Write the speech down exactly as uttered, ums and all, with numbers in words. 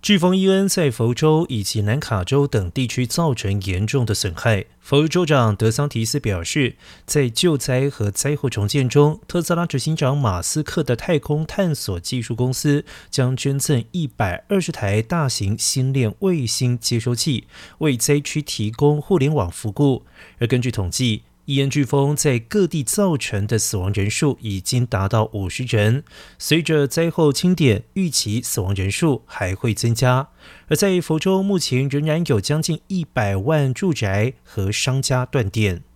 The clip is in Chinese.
飓风伊恩在佛州以及南卡州等地区造成严重的损害。佛州长德桑提斯表示，在救灾和灾后重建中，特斯拉执行长马斯克的太空探索技术公司将捐赠一百二十台大型星链卫星接收器，为灾区提供互联网服务。而根据统计，伊恩飓风在各地造成的死亡人数已经达到五十人，随着灾后清点，预期死亡人数还会增加。而在佛州，目前仍然有将近一百万住宅和商家断电。